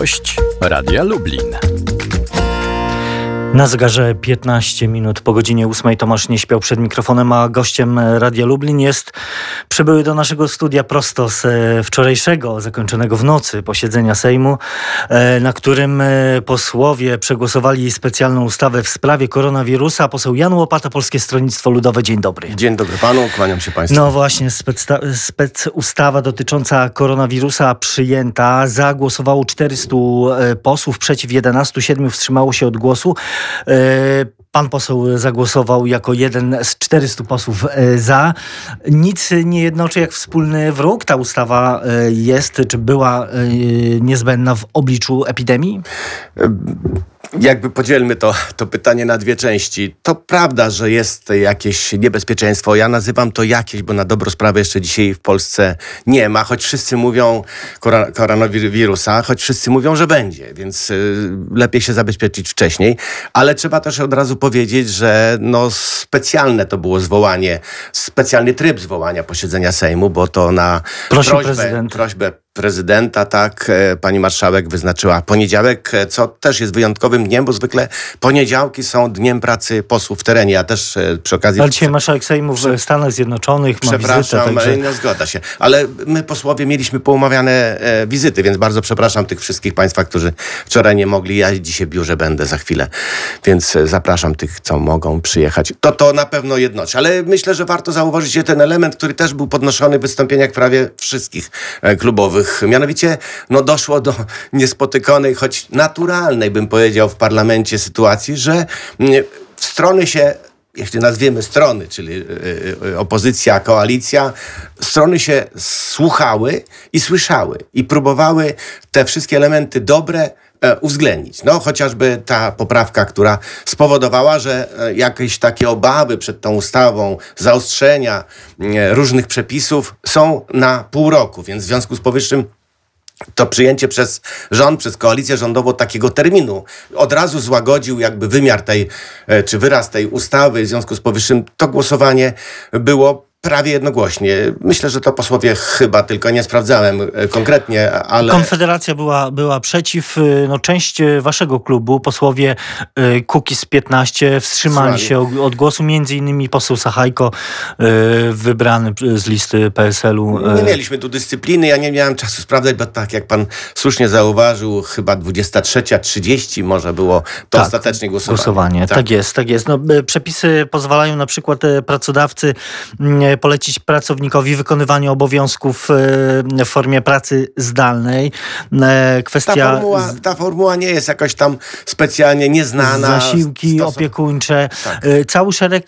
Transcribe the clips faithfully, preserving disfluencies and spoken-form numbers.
Gość Radia Lublin. Na zegarze piętnaście minut po godzinie ósmej Tomasz nie śpiał przed mikrofonem, a gościem Radia Lublin jest przybyły do naszego studia prosto z wczorajszego, zakończonego w nocy posiedzenia Sejmu, na którym posłowie przegłosowali specjalną ustawę w sprawie koronawirusa. Poseł Jan Łopata, Polskie Stronnictwo Ludowe. Dzień dobry. Dzień dobry panu, kłaniam się państwu. No właśnie, specustawa spec dotycząca koronawirusa przyjęta. Zagłosowało czterystu posłów, przeciw jedenastu, siedmiu wstrzymało się od głosu. Pan poseł zagłosował jako jeden z czterystu posłów za. Nic nie jednoczy jak wspólny wróg. Ta ustawa jest, czy była niezbędna w obliczu epidemii? Jakby podzielmy to, to pytanie na dwie części. To prawda, że jest jakieś niebezpieczeństwo. Ja nazywam to jakieś, bo na dobrą sprawę jeszcze dzisiaj w Polsce nie ma, choć wszyscy mówią koronawirusa, choć wszyscy mówią, że będzie, więc y, lepiej się zabezpieczyć wcześniej. Ale trzeba też od razu powiedzieć, że no, specjalne to było zwołanie, specjalny tryb zwołania posiedzenia Sejmu, bo to na Prosił prośbę, prezydent. prośbę prezydenta, tak, pani marszałek wyznaczyła poniedziałek, co też jest wyjątkowym dniem, bo zwykle poniedziałki są dniem pracy posłów w terenie. Ja też przy okazji... Ale dzisiaj marszałek Sejmu w Stanach Zjednoczonych ma Przepraszam, wizytę, także... no zgoda się. Ale my posłowie mieliśmy poumawiane e, wizyty, więc bardzo przepraszam tych wszystkich państwa, którzy wczoraj nie mogli. Ja dzisiaj w biurze będę za chwilę, więc e, zapraszam tych, co mogą przyjechać. To to na pewno jednoczy. Ale myślę, że warto zauważyć ten element, który też był podnoszony w wystąpieniach prawie wszystkich e, klubowych. Mianowicie no, doszło do niespotykanej, choć naturalnej, bym powiedział, w parlamencie sytuacji, że mm, strony się, jeśli nazwiemy strony, czyli y, y, opozycja, koalicja, strony się słuchały i słyszały i próbowały te wszystkie elementy dobre uwzględnić. No chociażby ta poprawka, która spowodowała, że jakieś takie obawy przed tą ustawą, zaostrzenia różnych przepisów są na pół roku, więc w związku z powyższym to przyjęcie przez rząd, przez koalicję rządową takiego terminu od razu złagodził jakby wymiar tej, czy wyraz tej ustawy. W związku z powyższym to głosowanie było prawie jednogłośnie. Myślę, że to posłowie chyba, tylko nie sprawdzałem konkretnie, ale... Konfederacja była, była przeciw. No, część waszego klubu, posłowie Kukiz piętnaście, wstrzymali Wstrzymali. się od głosu, między innymi poseł Sachajko, wybrany z listy P S L u. Nie mieliśmy tu dyscypliny, ja nie miałem czasu sprawdzać, bo tak jak pan słusznie zauważył, chyba dwudziesta trzecia trzydzieści może było to tak, ostatecznie głosowanie. głosowanie. Tak. tak jest, tak jest. No, przepisy pozwalają na przykład pracodawcy polecić pracownikowi wykonywanie obowiązków w formie pracy zdalnej. Kwestia... Ta formuła, ta formuła nie jest jakoś tam specjalnie nieznana. Zasiłki Stosow... opiekuńcze. Tak. Cały szereg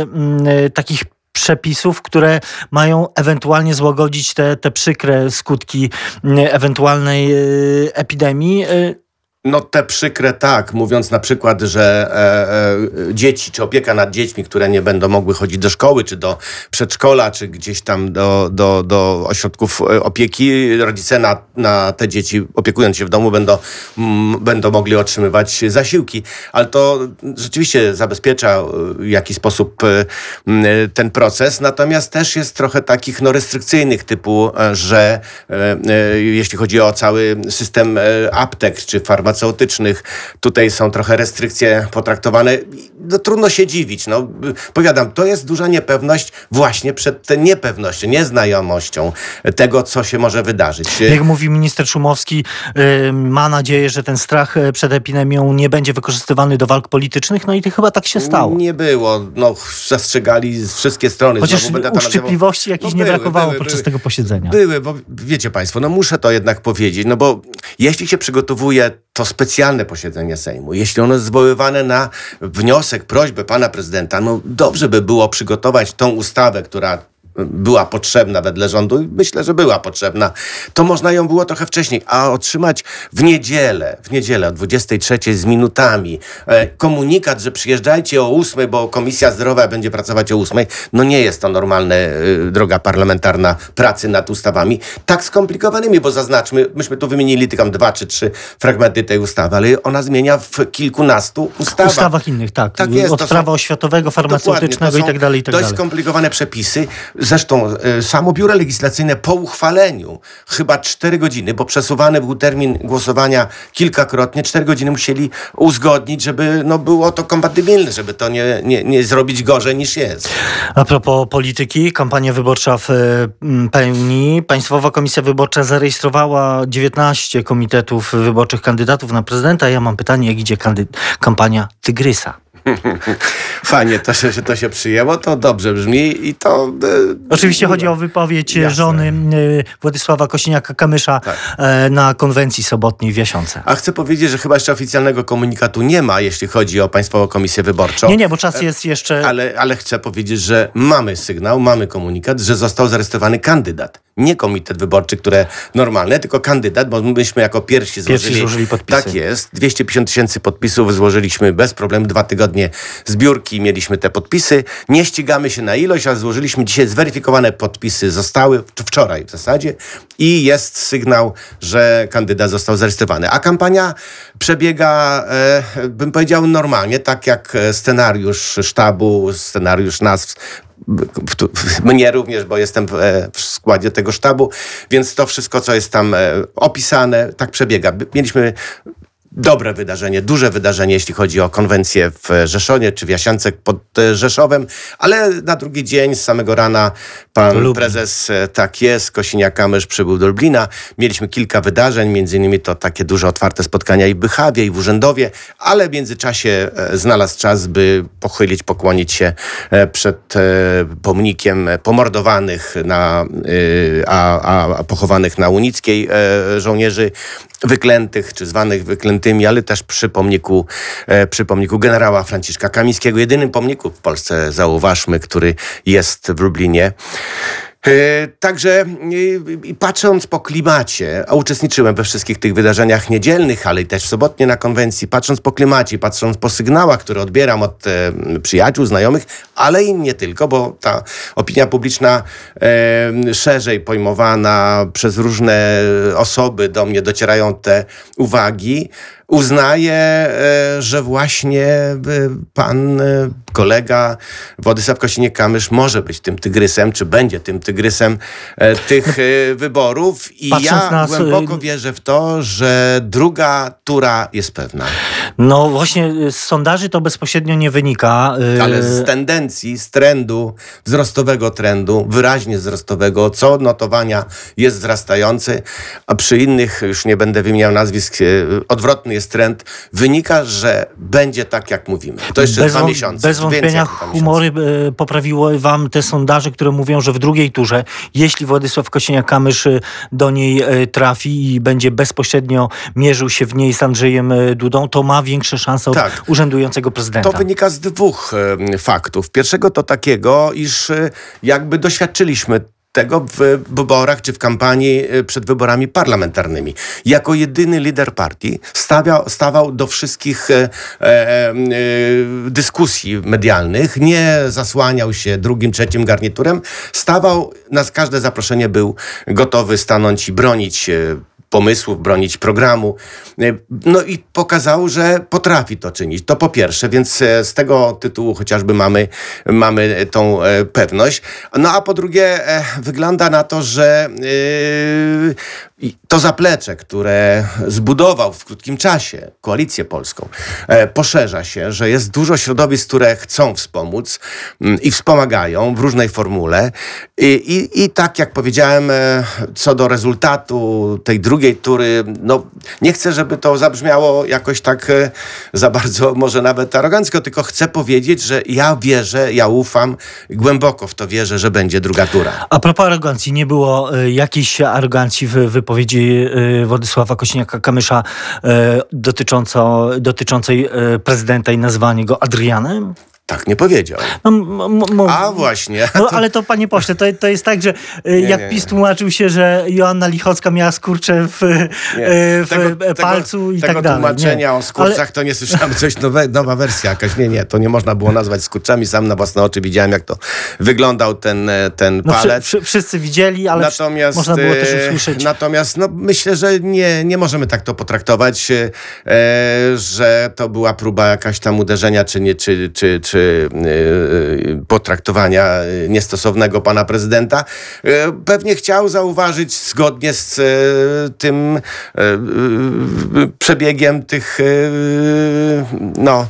takich przepisów, które mają ewentualnie złagodzić te, te przykre skutki ewentualnej epidemii. No te przykre tak, mówiąc na przykład, że e, e, dzieci, czy opieka nad dziećmi, które nie będą mogły chodzić do szkoły, czy do przedszkola, czy gdzieś tam do, do, do ośrodków opieki, rodzice na, na te dzieci, opiekując się w domu, będą, m, będą mogli otrzymywać zasiłki. Ale to rzeczywiście zabezpiecza w jakiś sposób e, ten proces. Natomiast też jest trochę takich no, restrykcyjnych typu, że e, e, jeśli chodzi o cały system e, aptek, czy farmaceutycznych, farmaceutycznych. Tutaj są trochę restrykcje potraktowane. No, trudno się dziwić. No, powiadam, to jest duża niepewność właśnie przed tą niepewnością, nieznajomością tego, co się może wydarzyć. Jak mówi minister Szumowski, yy, ma nadzieję, że ten strach przed epidemią nie będzie wykorzystywany do walk politycznych. No i to chyba tak się stało. Nie było. No, zastrzegali z wszystkie strony. Chociaż Znowu będę uszczypliwości jakichś no, nie były, brakowało były, podczas były. tego posiedzenia. Były, bo wiecie państwo, no muszę to jednak powiedzieć, no bo jeśli się przygotowuje to specjalne posiedzenie Sejmu, jeśli ono jest zwoływane na wniosek, prośbę pana prezydenta, no dobrze by było przygotować tą ustawę, która była potrzebna wedle rządu, myślę, że była potrzebna, to można ją było trochę wcześniej, a otrzymać w niedzielę, w niedzielę o dwudziestej trzeciej z minutami e, komunikat, że przyjeżdżajcie o ósmej, bo Komisja Zdrowia będzie pracować o ósmej, no nie jest to normalna e, droga parlamentarna pracy nad ustawami tak skomplikowanymi, bo zaznaczmy, myśmy tu wymienili tylko dwa czy trzy fragmenty tej ustawy, ale ona zmienia w kilkunastu ustawach. ustawach innych, tak. Tak jest, Od prawa oświatowego, farmaceutycznego i tak dalej, i tak dość dalej. skomplikowane przepisy. Zresztą y, samo biuro legislacyjne po uchwaleniu chyba cztery godziny, bo przesuwany był termin głosowania kilkakrotnie, cztery godziny musieli uzgodnić, żeby no, było to kompatybilne, żeby to nie, nie, nie zrobić gorzej niż jest. A propos polityki, kampania wyborcza w pełni. Państwowa Komisja Wyborcza zarejestrowała dziewiętnaście komitetów wyborczych kandydatów na prezydenta. Ja mam pytanie, jak idzie kandy- kampania Tygrysa? Fajnie, to się, że to się przyjęło, to dobrze brzmi i to... E, Oczywiście chodzi o wypowiedź jasne. żony e, Władysława Kosiniaka-Kamysza tak. e, na konwencji sobotniej w Jasionce. A chcę powiedzieć, że chyba jeszcze oficjalnego komunikatu nie ma, jeśli chodzi o Państwową Komisję Wyborczą. Nie, nie, bo czas jest jeszcze... Ale, ale chcę powiedzieć, że mamy sygnał, mamy komunikat, że został zarejestrowany kandydat. Nie komitet wyborczy, które normalne, tylko kandydat, bo myśmy jako pierwsi złożyli... Pierwsi złożyli podpisy. Tak jest. dwieście pięćdziesiąt tysięcy podpisów złożyliśmy bez problemu. Dwa tygodnie zbiórki mieliśmy te podpisy. Nie ścigamy się na ilość, ale złożyliśmy dzisiaj zweryfikowane podpisy. Zostały wczoraj w zasadzie i jest sygnał, że kandydat został zarejestrowany. A kampania przebiega, e, bym powiedział, normalnie, tak jak scenariusz sztabu, scenariusz nazw, W, w, mnie również, bo jestem w, w składzie tego sztabu, więc to wszystko, co jest tam e, opisane, tak przebiega. Byliśmy dobre wydarzenie, duże wydarzenie, jeśli chodzi o konwencję w Rzeszonie czy w Jasiące pod Rzeszowem, ale na drugi dzień z samego rana pan Lublin. prezes, tak jest, Kosiniak-Kamysz przybył do Lublina. Mieliśmy kilka wydarzeń, między innymi to takie duże otwarte spotkania i w Bychawie, i w Urzędowie, ale w międzyczasie znalazł czas, by pochylić, pokłonić się przed pomnikiem pomordowanych, na, a, a, a pochowanych na Unickiej żołnierzy wyklętych, czy zwanych wyklętymi, ale też przy pomniku, e, przy pomniku generała Franciszka Kamińskiego, jedynym pomniku w Polsce, zauważmy, który jest w Lublinie. E, także e, patrząc po klimacie, a uczestniczyłem we wszystkich tych wydarzeniach niedzielnych, ale i też sobotnie na konwencji, patrząc po klimacie, patrząc po sygnałach, które odbieram od e, przyjaciół, znajomych, ale i nie tylko, bo ta opinia publiczna e, szerzej pojmowana przez różne osoby do mnie docierają te uwagi, uznaje, że właśnie pan kolega Władysław Kosiniak-Kamysz może być tym tygrysem, czy będzie tym tygrysem tych wyborów. I Patrząc ja na... głęboko wierzę w to, że druga tura jest pewna. No właśnie z sondaży to bezpośrednio nie wynika. Ale z tendencji, z trendu, wzrostowego trendu, wyraźnie wzrostowego, co notowania jest wzrastający, a przy innych, już nie będę wymieniał nazwisk, odwrotny jest trend, wynika, że będzie tak, jak mówimy. To jeszcze bez dwa wą- miesiące. Bez wątpienia humory e, poprawiło wam te sondaże, które mówią, że w drugiej turze, jeśli Władysław Kosiniak-Kamysz do niej e, trafi i będzie bezpośrednio mierzył się w niej z Andrzejem Dudą, to ma większe szanse od tak. urzędującego prezydenta. To wynika z dwóch e, faktów. Pierwszego to takiego, iż e, jakby doświadczyliśmy tego w wyborach czy w kampanii przed wyborami parlamentarnymi. Jako jedyny lider partii stawiał, stawał do wszystkich e, e, e, dyskusji medialnych, nie zasłaniał się drugim, trzecim garniturem, stawał, na każde zaproszenie był gotowy stanąć i bronić e, pomysłów, bronić programu. No i pokazał, że potrafi to czynić. To po pierwsze, więc z tego tytułu chociażby mamy, mamy tą pewność. No a po drugie wygląda na to, że to zaplecze, które zbudował w krótkim czasie Koalicję Polską, poszerza się, że jest dużo środowisk, które chcą wspomóc i wspomagają w różnej formule. I, i, i tak jak powiedziałem, co do rezultatu tej drugiej tury, no nie chcę, żeby to zabrzmiało jakoś tak za bardzo, może nawet arogancko, tylko chcę powiedzieć, że ja wierzę, ja ufam, głęboko w to wierzę, że będzie druga tura. A propos arogancji, nie było y, jakiejś arogancji w wypowiedzi y, Władysława Kosiniaka-Kamysza y, dotycząco, dotyczącej y, prezydenta i nazwanie go Adrianem? Tak nie powiedział. No, m- m- A właśnie. No, ale to, panie pośle, to, to jest tak, że y, jak nie, PiS nie. tłumaczył się, że Joanna Lichocka miała skurcze w, y, w Tego- palcu tego, i tego tak dalej. tłumaczenia Nie. o skurczach Ale- to nie słyszałem, coś nowe, nowa wersja jakaś. Nie, nie, to nie można było nazwać skurczami. Sam na własne oczy widziałem, jak to wyglądał ten, ten No, palec. wszy, wszy, wszyscy widzieli, ale Natomiast, można było też e, usłyszeć. Natomiast no, myślę, że nie, nie możemy tak to potraktować, e, że to była próba jakaś tam uderzenia, czy, nie, czy, czy, czy czy yy, potraktowania niestosownego pana prezydenta. Yy, pewnie chciał zauważyć zgodnie z yy, tym yy, przebiegiem tych yy, no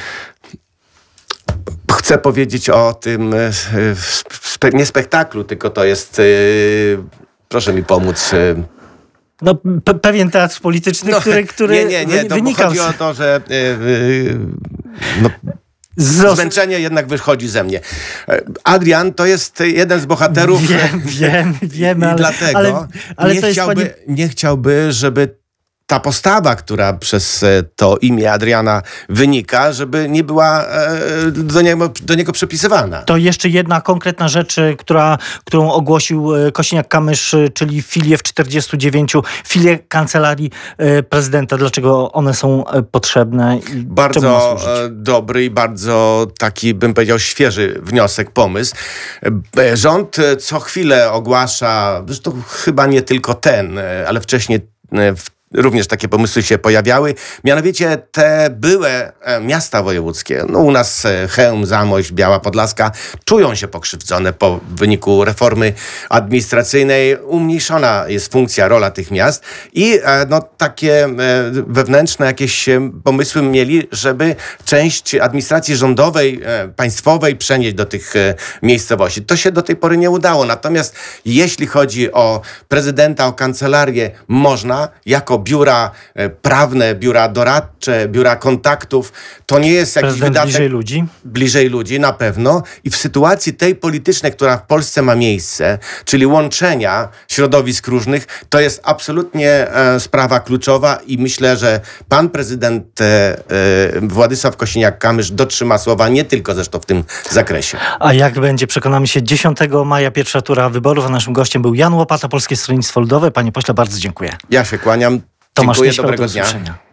chcę powiedzieć o tym spe, nie spektaklu, tylko to jest yy, proszę mi pomóc. Yy, No, pe- pewien teatr polityczny, no, który, który nie, nie, nie. To wynikał chodzi z... o to, że yy, yy, no, z... zmęczenie jednak wychodzi ze mnie. Adrian to jest jeden z bohaterów. Wiem, wiem, wiem, I ale, dlatego ale, ale nie, to jest chciałby, pani... nie chciałby, żeby ta postawa, która przez to imię Adriana wynika, żeby nie była e, do, niego, do niego przypisywana. To jeszcze jedna konkretna rzecz, która, którą ogłosił Kosiniak-Kamysz, czyli filie w czterdziestu dziewięciu, filie kancelarii prezydenta. Dlaczego one są potrzebne? I bardzo dobry i bardzo taki, bym powiedział, świeży wniosek, pomysł. Rząd co chwilę ogłasza, zresztą chyba nie tylko ten, ale wcześniej w również takie pomysły się pojawiały. Mianowicie te byłe miasta wojewódzkie, no u nas Chełm, Zamość, Biała Podlaska, czują się pokrzywdzone po wyniku reformy administracyjnej. Umniejszona jest funkcja, rola tych miast i no, takie wewnętrzne jakieś pomysły mieli, żeby część administracji rządowej, państwowej przenieść do tych miejscowości. To się do tej pory nie udało. Natomiast jeśli chodzi o prezydenta, o kancelarię, można jako biura prawne, biura doradcze, biura kontaktów, to nie jest jakiś Prezydent wydatek... bliżej ludzi? Bliżej ludzi, na pewno. I w sytuacji tej politycznej, która w Polsce ma miejsce, czyli łączenia środowisk różnych, to jest absolutnie e, sprawa kluczowa i myślę, że pan prezydent e, Władysław Kosiniak-Kamysz dotrzyma słowa nie tylko zresztą w tym zakresie. A jak będzie, przekonamy się dziesiątego maja, pierwsza tura wyborów, a naszym gościem był Jan Łopata, Polskie Stronnictwo Ludowe. Panie pośle, bardzo dziękuję. Ja się kłaniam. Tomasz Dziękuję, Nieśmiał, dobrego do dnia. usłyszenia.